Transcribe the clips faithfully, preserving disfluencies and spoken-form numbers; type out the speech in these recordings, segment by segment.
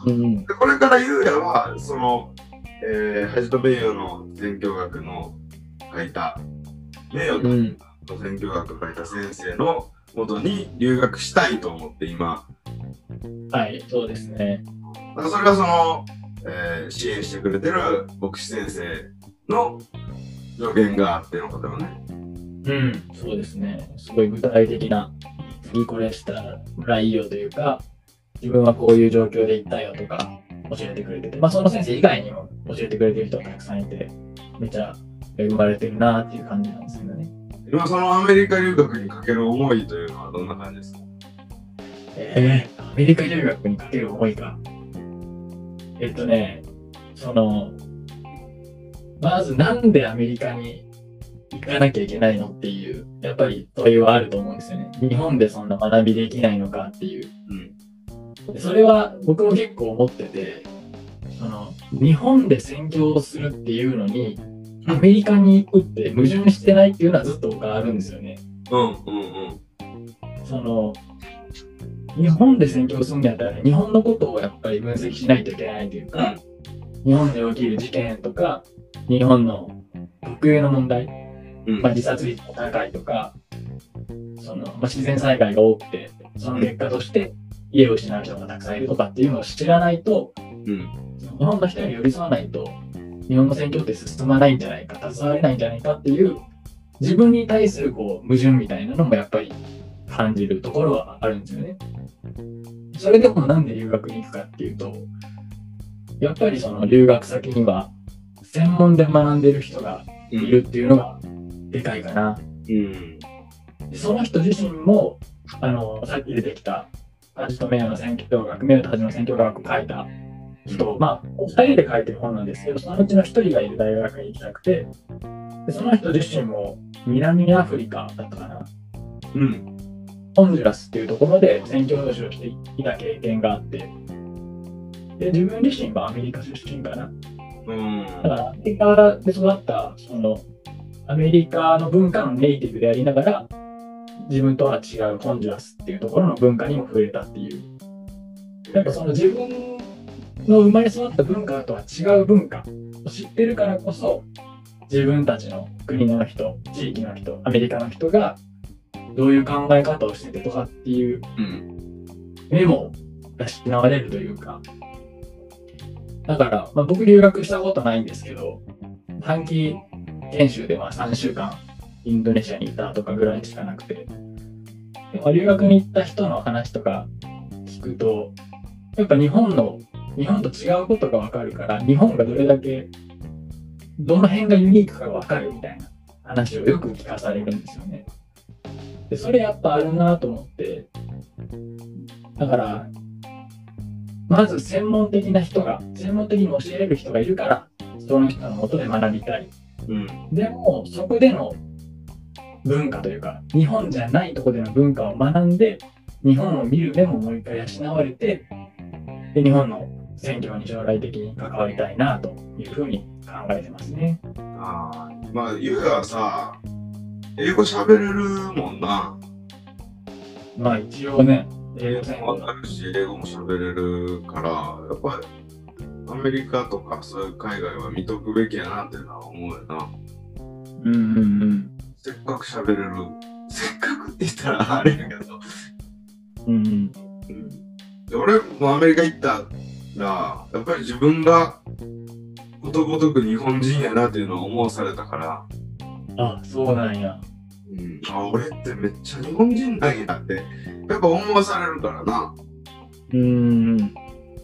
うん。 でこれからユーヤは、その、えー、恥と名誉の選挙学の書いた、名誉うん。 の選挙学を書いた先生のもとに留学したいと思って今、 はい、そうですね。 だからそれがその、えー、支援してくれてる牧師先生の助言があってのことよね。 うん、そうですね。すごい具体的な、次これしたらいいよというか、自分はこういう状況で行ったよとか教えてくれてて、まあその先生以外にも教えてくれてる人がたくさんいて、めちゃ恵まれてるなっていう感じなんですけどね。 今そのアメリカ留学にかける思いというのはどんな感じですか？ えー、アメリカ留学にかける思いか。えっとね、その、まずなんでアメリカに行かなきゃいけないのっていう、やっぱり問いはあると思うんですよね。日本でそんな学びできないのかっていう。 うん。 でそれは僕も結構思ってて、その、日本で宣教をするっていうのに、アメリカに行くって矛盾してないっていうのはずっと僕はあるんですよね。 うんうんうん。 その、日本で宣教するんだったら、日本のことをやっぱり分析しないといけないというか、日本で起きる事件とか、日本の特有の問題、 うんまあ、自殺率が高いとか、そのまあ、自然災害が多くて、その結果として家を失う人がたくさんいるとかっていうのを知らないと、 うん。 日本の人に寄り添わないと、日本の選挙って進まないんじゃないか、携われないんじゃないかっていう、自分に対するこう矛盾みたいなのもやっぱり感じるところはあるんですよね。それでもなんで留学に行くかっていうと、やっぱりその留学先には専門で学んでる人がいるっていうのがでかいかな。 うんでその人自身も、あの、さっき出てきた、恥と名誉の選挙学、名誉と恥の選挙学を書いた人、まあ、ふたりで書いてる本なんですけど、そのうちのひとりがいる大学に行きたくて、でその人自身も南アフリカだったかな。 うん。 ホンジュラスっていうところで宣教師をしていた経験があって、で、自分自身はアメリカ出身かな。 うん。 だからアメリカで育った、その、アメリカの文化のネイティブでありながら、自分とは違うホンジュラスっていうところの文化にも触れたっていう。なんかその自分の生まれ育った文化とは違う文化を知ってるからこそ、自分たちの国の人、地域の人、アメリカの人がどういう考え方をしててとかっていうメモを養われるというか。だから、まあ、僕留学したことないんですけど、短期研修でまあさんしゅうかんインドネシアにいたとかぐらいしかなくて、まあ、留学に行った人の話とか聞くと、やっぱ日本の、日本と違うことがわかるから、日本がどれだけ、どの辺がユニークかがわかるみたいな話をよく聞かされるんですよね。で、それやっぱあるなと思って、だから、まず専門的な人が、専門的に教えれる人がいるから、その人のもとで学びたい。 うん。 でも、そこでの文化というか、日本じゃないところでの文化を学んで、日本を見る目ももう一回養われて、で、日本の選挙に将来的に関わりたいなというふうに考えてますね。 ああ、まあ、ゆうやはさ、英語喋れるもんな。 まあ一応ね、英英語専攻語もわかるし、英語も喋れるから、やっぱりアメリカとかそういう海外は見とくべきやなっていうのは思うよな。 うんうんうん。 せっかく喋れる。せっかくって言ったらあれやけど。 うんうん。 うんで俺もアメリカ行ったら、やっぱり自分がことごとく日本人やなっていうのを思わされたから、 あ、そうなんや。 うん、あ、俺ってめっちゃ日本人なんやって、やっぱ思わされるからな。 うんうん。 だ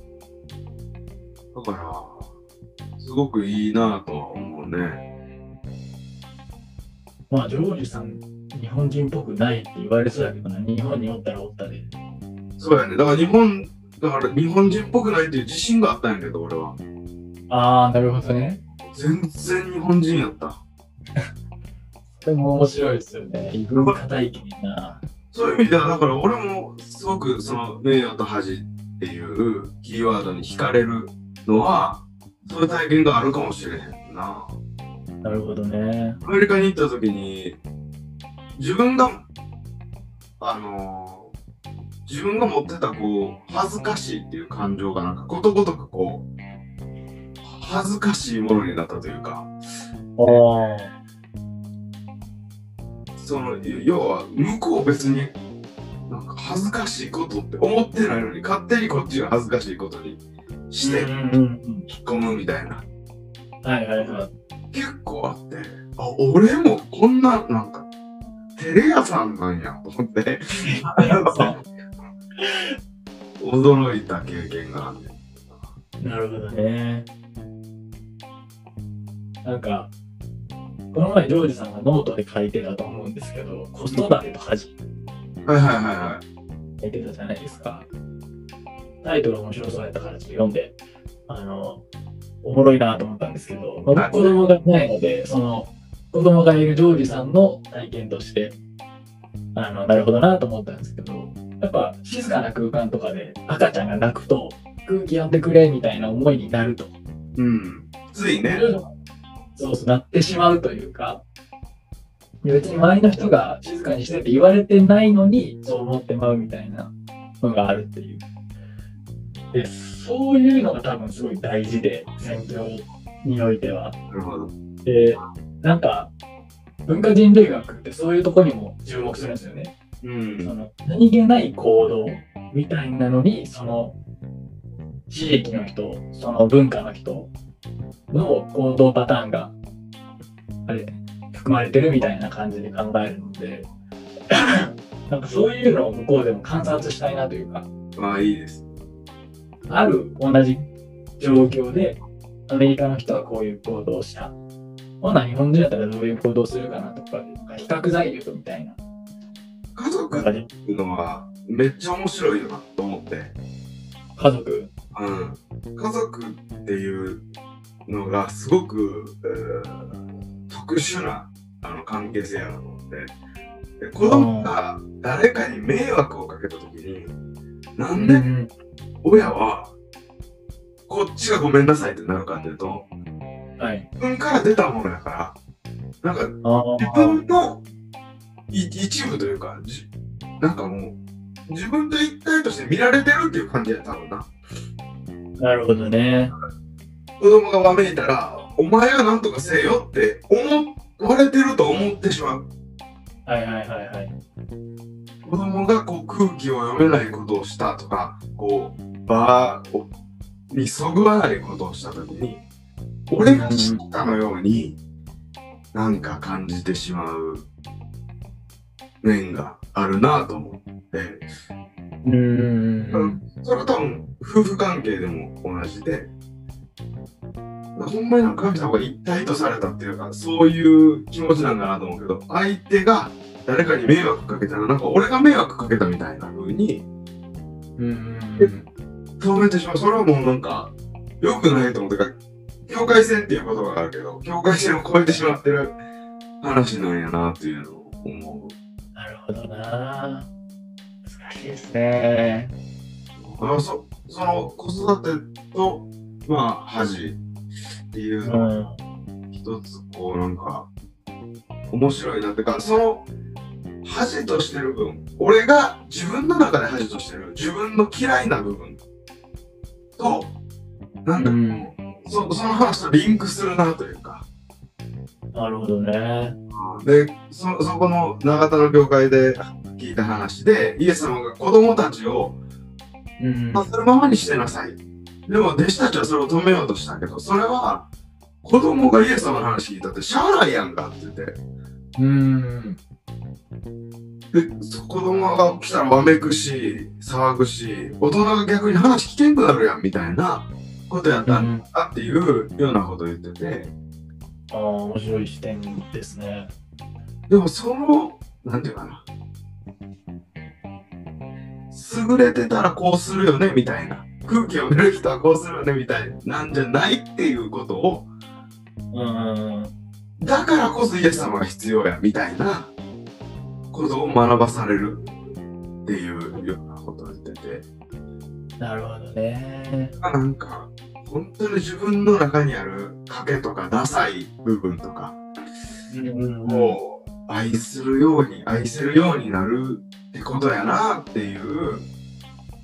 から、すごくいいなとは思うね。 まあ、ジョージさん、日本人っぽくないって言われそうだけどな、日本におったらおったで。 そうやね。だから日本、だから日本人っぽくないっていう自信があったんやけど、俺は。 ああ、なるほどね。 全然日本人やった。 それも面白いですよね。異文化体験な。 そういう意味では、だから俺もすごくその名誉と恥っていうキーワードに惹かれるのは、そういう体験があるかもしれへんな。 なるほどね。 アメリカに行った時に、自分が、あのー、 自分が持ってたこう恥ずかしいっていう感情がなんかことごとくこう恥ずかしいものになったというか、 ああ。 その要は向こう別になんか恥ずかしいことって思ってないのに勝手にこっちが恥ずかしいことにしてうんうんうん。 引っ込むみたいな、 はいはいはい。 結構あって、あ、俺もこんななんかテレ屋さんなんやと思って驚いた経験があるね。 なるほどね。なんか、この前、ジョージさんがノートで書いてたと思うんですけど、子育てと恥はいはいはいはい。 書いてたじゃないですか。タイトル面白そうやったからちょっと読んで、あの、おもろいなと思ったんですけど、まあ、僕子供がいないので、その、子供がいるジョージさんの体験として、あの、なるほどなと思ったんですけど、やっぱ静かな空間とかで赤ちゃんが泣くと、空気読んでくれみたいな思いになると。 うん。ついね。 そうそうなってしまうというか、別に周りの人が静かにしてって言われてないのに、そう思ってまうみたいなのがあるっていう。で、そういうのが多分すごい大事で、勉強においては。 なるほど。 で、なんか、文化人類学ってそういうところにも注目するんですよね。 うそん。 の何気ない行動みたいなのに、その地域の人、その文化の人の行動パターンがあれ含まれてるみたいな感じで考えるので、なんかそういうのを向こうでも観察したいなというか、 まあいいです。 ある同じ状況でアメリカの人はこういう行動をした。ほな日本人だったらどういう行動するかなとか、比較材料みたいな。 家族っていうのはめっちゃ面白いよなと思って。 家族うん。家族っていうのがすごく、えー、特殊なあの関係性やなと思って。で子供が誰かに迷惑をかけたときに、なんで親はこっちがごめんなさいってなるかっていうと、 はい。 自分から出たものやから、なんかあ自分のい一部というか、じなんかもう自分と一体として見られてるっていう感じや多分な。 あ、なるほどね。 子供がわめいたら、お前がなんとかせえよって思われてると思ってしまう。 はいはいはいはい。 子供がこう空気を読めないことをしたとか、こう場をにそぐわないことをしたときに、俺が知ったのようになんか感じてしまう面があるなと思って、 うーん。 それは多分夫婦関係でも同じで、ほんまになんか神様が一体とされたっていうか、そういう気持ちなんだなと思うけど、相手が誰かに迷惑かけたら、なんか俺が迷惑かけたみたいな風にうん。 止めてしまう。それはもうなんか良くないと思ってか、境界線っていう言葉があるけど、境界線を越えてしまってる話なんやなっていうのを思う。 なるほどな。難しいですね。 あそその子育てと、まあ、恥っていうのを一つこうなんか面白いなってか、その恥としてる分、俺が自分の中で恥としてる自分の嫌いな部分と、なんか、うん、そ, その話とリンクするなというか。 なるほどね。 で、そ, そこの長田の教会で聞いた話で、イエス様が子供たちをさせるままにしてなさい。でも弟子たちはそれを止めようとしたけど、それは子供がイエス様の話聞いたってしゃあないやんかって言って。 うーん。 で、子供が来たらわめくし、騒ぐし、大人が逆に話聞けんくなるやんみたいなことやったんだっていうようなことを言ってて。 ああ、面白い視点ですね。 でもその、なんていうかな。優れてたらこうするよねみたいな。空気を見る人はこうするよねみたいなんじゃないっていうことを、 うん。 だからこそイエス様が必要やみたいなことを学ばされるっていうようなことを言ってて。 なるほどね。 なんか、本当に自分の中にある賭けとかダサい部分とかを愛するように、愛せるようになるってことやなっていう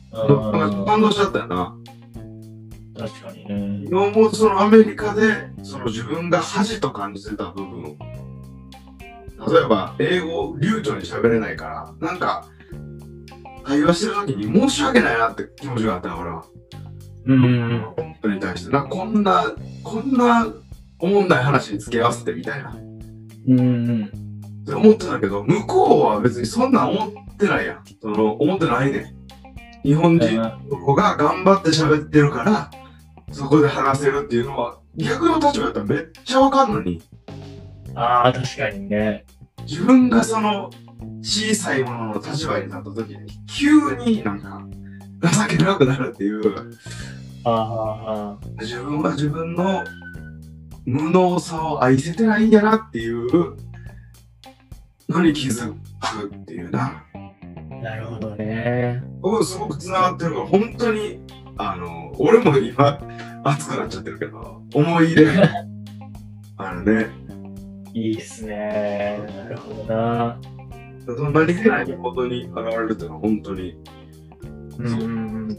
あ感動しちゃったよな。 あ、確かにね。 今もそのアメリカで、その自分が恥と感じてた部分、例えば英語を流暢に喋れないから、なんか、会話してる時に申し訳ないなって気持ちがあったよ、俺は。 うん。 人に対して。な、こんな、こんな、おもんない話に付き合わせてみたいな。 うん。 って思ってたけど、向こうは別にそんなん思ってないやん。その、思ってないねん。日本人の子が頑張って喋ってるから、そこで話せるっていうのは、逆の立場だったらめっちゃわかんのに、 ああ、確かにね。 自分がその、小さいものの立場に立った時に、急になんか、情けなくなるっていう、 ああ、 自分は自分の無能さを愛せてないんやなっていうのに気づくっていうな。 なるほどね。 僕すごく繋がってるから、本当に、あの、俺も今、熱くなっちゃってるけど、思い入れがあるね。 いいっすね。なるほどな。 その何気ないことに現れるっていうのは本当に。 うん。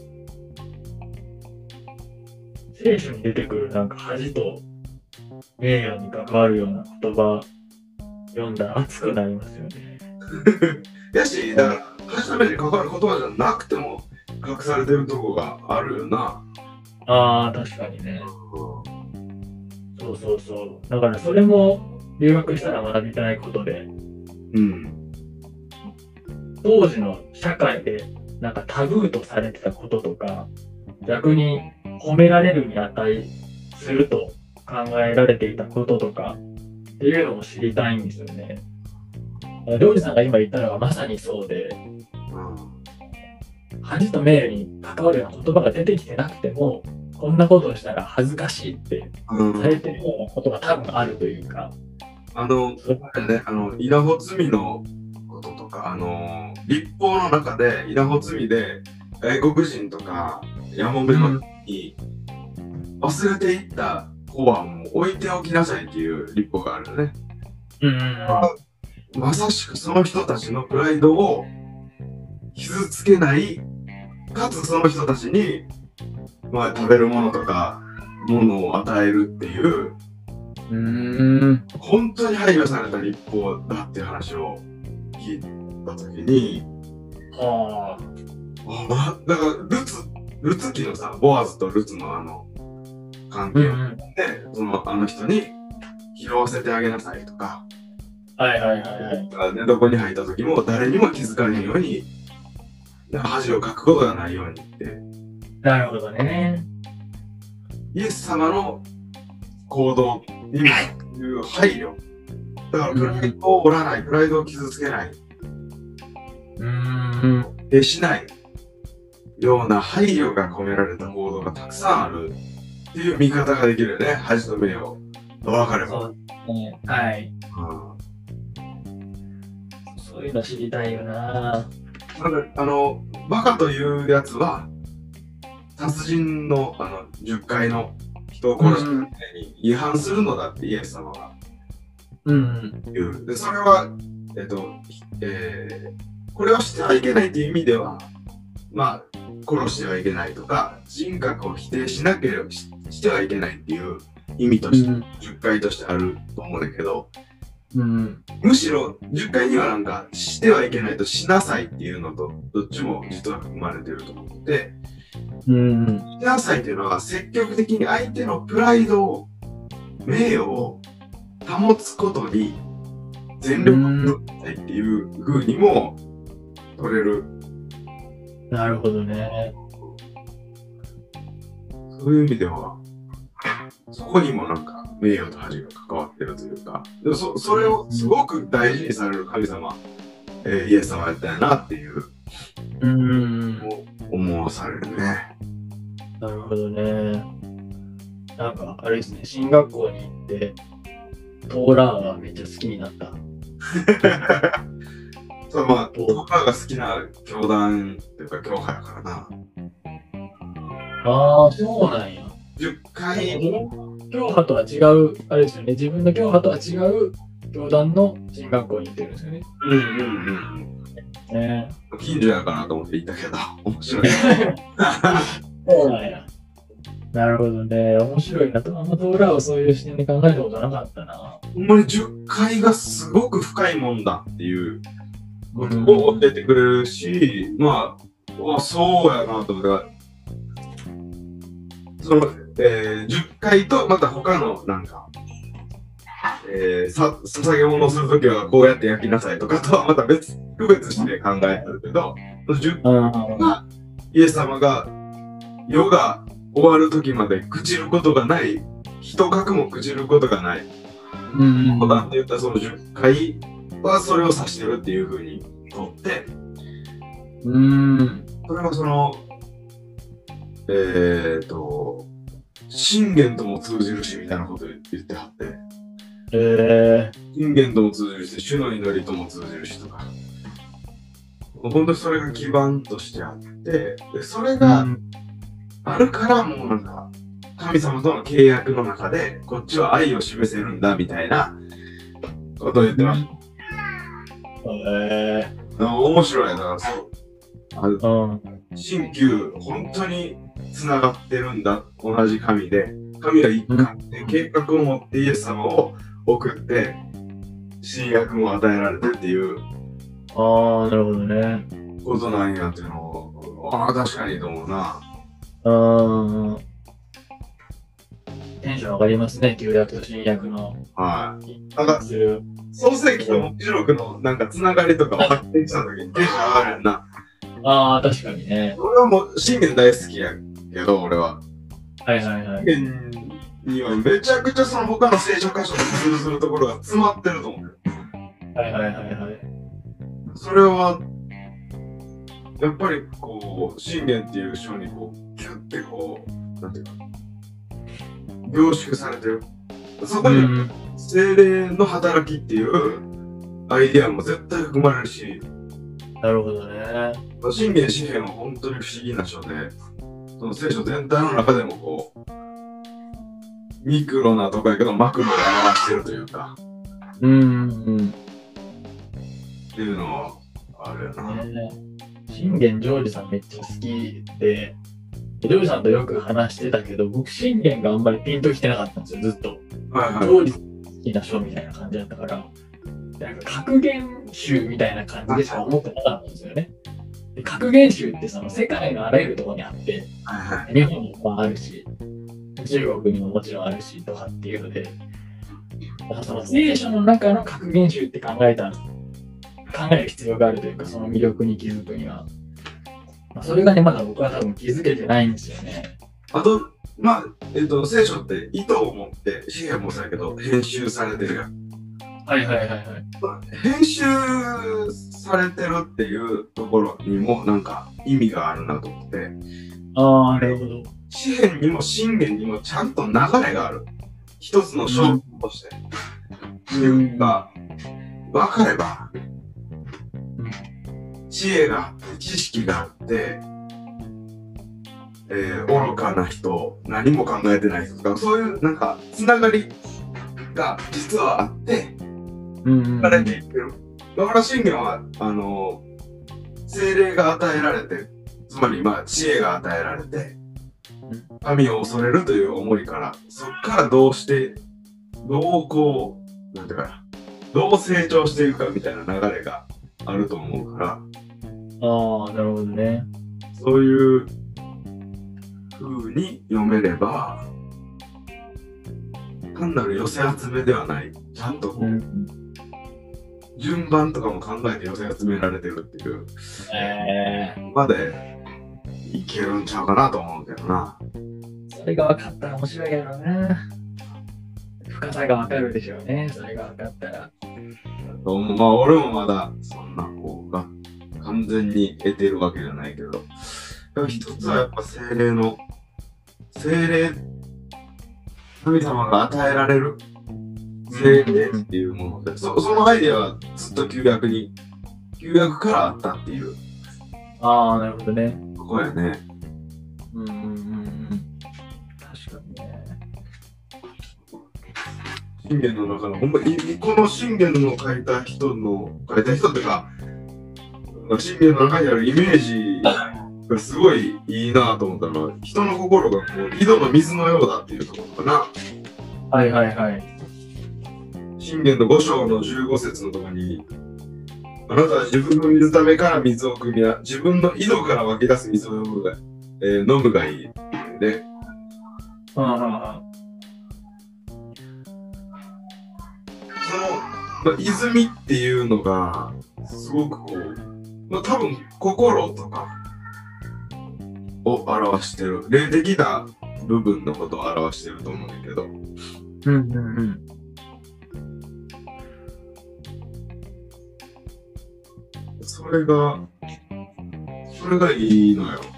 聖書に出てくるなんか恥と名誉に関わるような言葉読んだら熱くなりますよね。 やし、だから、初めに関わる言葉じゃなくても隠されてるとこがあるよな。 ああ、確かにね。そうそうそう。だからそれも留学したら学びたいことで、 うん。 当時の社会でなんかタブーとされてたこととか、逆に褒められるに値すると考えられていたこととかっていうのを知りたいんですよね。りょうじさんが今言ったのがまさにそうで、恥と名誉に関わるような言葉が出てきてなくても、こんなことをしたら恥ずかしいってされてるようなことが多分あるというか。 あの、あれね、あの、稲穂積みのこととか、あの、立法の中で、稲穂積みで、外国人とか、やもめのに、忘れていった小判を置いておきなさいっていう立法があるよね。 うんうんうん、 まさしくその人たちのプライドを傷つけない、かつその人たちに、まあ、食べるものとか、ものを与えるっていう、 うーん本当に配慮された立法だっていう話を聞いたときに、 はあまだからルツ、ルツ記のさ、ボアズとルツのあの関あ、う係をんうん、 で、そのあの人に拾わせてあげなさいとか、 はいはいはいはい。 寝床に入った時も誰にも気づかれないように、恥をかくことがないようにって。 なるほどね。 イエス様の行動にいう配慮。だからプライドを折らない、プライドを傷つけない、 うーん。 えしないような配慮が込められた行動がたくさんあるっていう見方ができるよね。恥と名誉と分かれば。 そうね。はい。 うんそういうの知りたいよな。 なんかあの、バカというやつは、殺人のあのじゅっかいの人を殺したみたいに違反するのだってイエス様がうん言う。で、それは、えっと、えー、これをしてはいけないという意味では、まあ、殺してはいけないとか、人格を否定しなければし、してはいけないっていう意味として、 うんじゅっかいとしてあると思うんだけど、 うんむしろじゅっかいにはなんか、してはいけないとしなさいっていうのと、どっちも実は含まれてると思って、 うんしなさいっていうのは積極的に相手のプライドを、名誉を保つことに全力を取りたいっていう風にも取れる。 なるほどね。 そういう意味では、そこにもなんか名誉と恥が関わってるというか、でも そ, それをすごく大事にされる神様、えー、イエス様やったんやなっていううん思わされるね。 なるほどね。なんかあれですね、進学校に行ってトーラーがめっちゃ好きになった。 そう、まあ、僕らが好きな教団というか教派やからな。 ああ、そうなんや。 じゅっかい、 教派とは違う、あれですよね、自分の教派とは違う教団の進学校に行ってるんですよね。 うんうんうんね近所やかなと思って行ったけど、面白い。 そうなんや。なるほどね。面白いなと。あんまドーラをそういう視点で考えたことなかったな。 ほんまにじゅっかいがすごく深いもんだっていうことうんを教えてくれるし、まあ、あそうやなと思ったから、その、えー、じゅっかいとまた他のなんか、えー、さ、捧げ物をするときはこうやって焼きなさいとかとはまた別、区別して考えてるけど、じゅっかいがイエス様が世が終わる時まで朽ちることがない、一角も朽ちることがない。 うんこだって言ったそのじゅっかいはそれを指してるっていうふうにとって、 うん。 それはその、えーと、信玄とも通じるしみたいなことを言ってはって、 え信玄とも通じるし、主の祈りとも通じるしとか、本当にそれが基盤としてあって、でそれー、 が、 うんあるからもうなんか、神様との契約の中で、こっちは愛を示せるんだみたいなことを言ってましえた。面白いな、そうあー、うん。 新旧、本当に繋がってるんだ、同じ神で。神は一貫で計画を持ってイエス様を送って、新約も与えられてっていうああ、なるほどね。 ことなんやっていうのを、ああ、確かにと思うな。 うん。テンション上がりますね、旧約と新約の。 はい。なんか、 する。 創世記と黙示録のなんかつながりとかを発見したときにテンション上がるやんな。 ああ、確かにね。 俺はもう信玄大好きやけど、俺は。 はいはいはい。 信玄にはめちゃくちゃその他の聖書箇所と通ずるところが詰まってると思う。 はいはいはいはい。 それは、やっぱりこう、信玄っていう書にこう、キュッてこう、なんていうか、凝縮されてる。そこにうん。 精霊の働きっていうアイディアも絶対含まれるし、 なるほどね。 信玄詩篇は本当に不思議な書で、その聖書全体の中でもこう、ミクロなとこやけどマクロで表してるというか、 うんうん。 っていうのはあるよな。 ね、信玄ジョージさんめっちゃ好きで、ジョージさんとよく話してたけど、僕信玄があんまりピンときてなかったんですよ、ずっと。 はいはい。 ジョージ好きな書みたいな感じだったから、なんか格言集みたいな感じでしか思ってなかったんですよね。で格言集ってその世界のあらゆるところにあって、 はいはい。 日本にもあるし、中国にももちろんあるしとかっていうので、だからその聖書の中の格言集って考えた、考える必要があるというか、その魅力に気づくには。まあ、それがね、まだ僕は多分気づけてないんですよね。 あと、まあ、えっと、聖書って意図を持って、詩篇もそうやけど、編集されてるやん。 はいはいはいはい。 編集されてるっていうところにもなんか意味があるなと思って、 ああ、なるほど。 詩篇にも信玄にもちゃんと流れがある。一つの章として。っていうか、分かれば、知恵があって、知識があって、えー、愚かな人、何も考えてない人とか、そういうなんか、つながりが実はあって、 うんうん、 流れていってる。だから信玄は、あの、精霊が与えられて、つまりまあ知恵が与えられて、神を恐れるという思いから、そっからどうして、どうこう、なんていうかな、どう成長していくかみたいな流れがあると思うから、 ああ、なるほどね。 そういう風に読めれば、単なる寄せ集めではない、ちゃんとこう、 うん順番とかも考えて寄せ集められてるっていうえー、 までいけるんちゃうかなと思うけどな。 それが分かったら面白いやろうな。深さが分かるでしょうね、それが分かったら。 まあ俺もまだそんなこうが完全に得てるわけじゃないけど、でも一つはやっぱ精霊の精霊、神様が与えられる精霊っていうもので、そ, そのアイデアはずっと旧約に旧約からあったっていうああ、なるほどね。 とこやね。 うんうんうんうん。確かにね。 信玄の中の、ほんまに、この信玄の書いた人の、書いた人ってか、信玄の中にあるイメージがすごいいいなと思ったのは、人の心がこう井戸の水のようだっていうところかな。 はいはいはい。 信玄の五章のじゅうご節のところに、あなたは自分の水ためから水を汲みや、自分の井戸から湧き出す水を飲むが、えー、飲むがいい。で、 うんうんうん。 その、まあ、泉っていうのが、すごくこう、まあ、多分心とかを表してる、霊的な部分のことを表してると思うんだけど、 うんうんうん。 それが、それがいいのよ。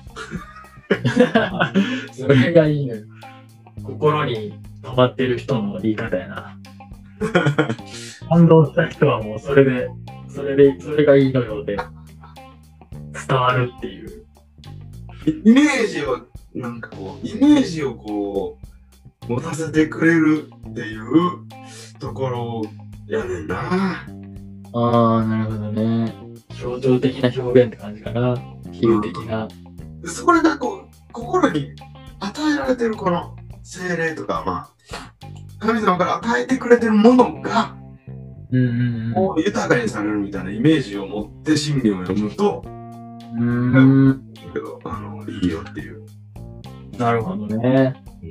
それがいいのよ。心に止まってる人の言い方やな。感動した人はもうそれで、それで、それがいいのよで伝わるっていう。 イメージを、なんかこう、イメージをこう、持たせてくれるっていうところやねんな。 ああ、なるほどね。象徴的な表現って感じかな。比喩的な。 それがこう、心に与えられてるこの精霊とか、まあ、神様から与えてくれてるものが、 うんうんうん。 こう豊かにされるみたいなイメージを持って信玄を読むと、 うーん。 けど、あの、いいよっていう。 なるほどね。 うん。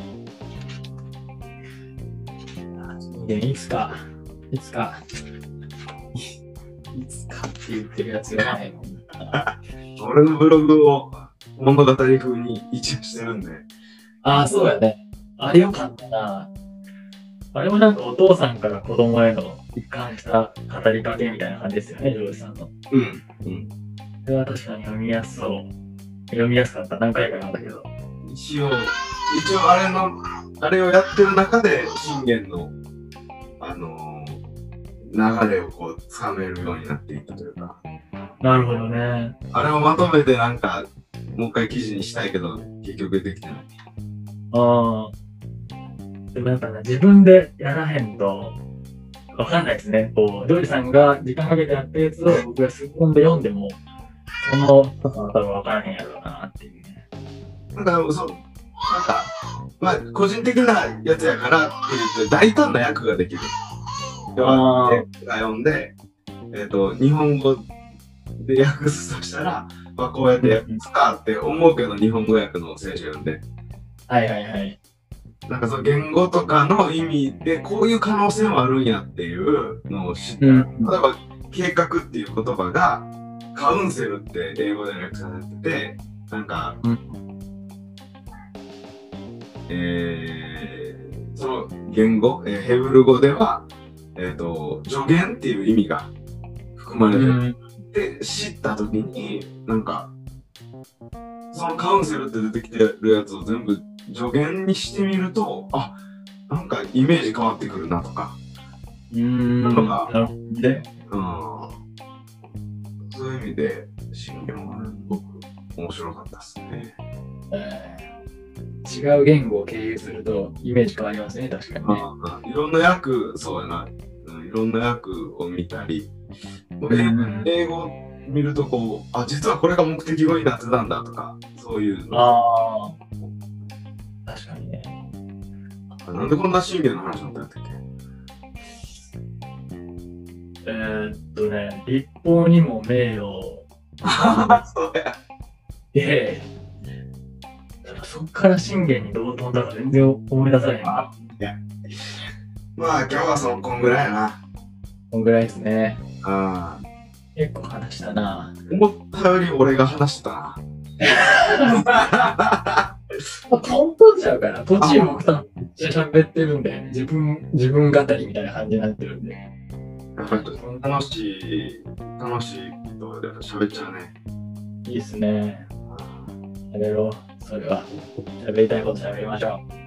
信玄いつか、いつか、いつかって言ってるやつがないもん。 俺のブログを物語風に一応してるんで。 ああ、そうやね。あれよかったな。あれもなんかお父さんから子供への一貫した語りかけみたいな感じですよね、ジョージさんの。 うん。うん。 それは確かに読みやすそう。読みやすかった。何回か読んだけど。 一応、一応あれの、あれをやってる中で、信玄の、あのー、流れをこう、つかめるようになっていったというか。 なるほどね。 あれをまとめてなんか、もう一回記事にしたいけど、結局できてない。 ああ。でもやっぱね、自分でやらへんと、わかんないですね。こう、ジョージさんが時間かけてやったやつを僕が突っ込んで読んでも、そのことは多分わからへんやろうなっていうね。 なんか、そう、なんか、まあ、個人的なやつやからって言って、大胆な役ができる。 あー読んで、えっと、日本語で訳すとしたら、まあ、こうやって訳すかって思うけど、日本語訳の選手なんで。 はいはいはい。 なんかその言語とかの意味で、こういう可能性もあるんやっていうのを知った。 うん、 例えば、計画っていう言葉が、カウンセルって英語で訳されてて、なんか、 うん、 えー、その言語、えー、ヘブル語では、えっと、助言っていう意味が含まれてる。 うんで、知ったときに、なんか、そのカウンセルって出てきてるやつを全部助言にしてみると、あ、なんかイメージ変わってくるなとか。 うーん。 なんかなるほどね。 うん。そういう意味で、信玄はすごく面白かったっすね。 えー違う言語を経由するとイメージ変わりますね、確かにね。 ああいろんな訳、そうやな、うん。いろんな訳を見たり、 ん英語見るとこう、あ、実はこれが目的語になってたんだとか、そういうの。 ああ。確かにね。 なんでこんな信玄の話になったんだっえー、っとね、立法にも名誉けそうや。 で、そっから信玄にどう飛んだか全然思い出されへん。 あいやまあ今日はそのこんぐらいやな。 こんぐらいですね。 あ結構話したな。 思ったより俺が話してたな。 簡単ちゃうから、途中僕多分めっちゃ喋ってるんで、自分、自分語りみたいな感じになってるんで。 やっぱり楽しい、楽しいことで喋っちゃうね。 いいっすね。喋ろう。それは。喋りたいこと喋りましょう。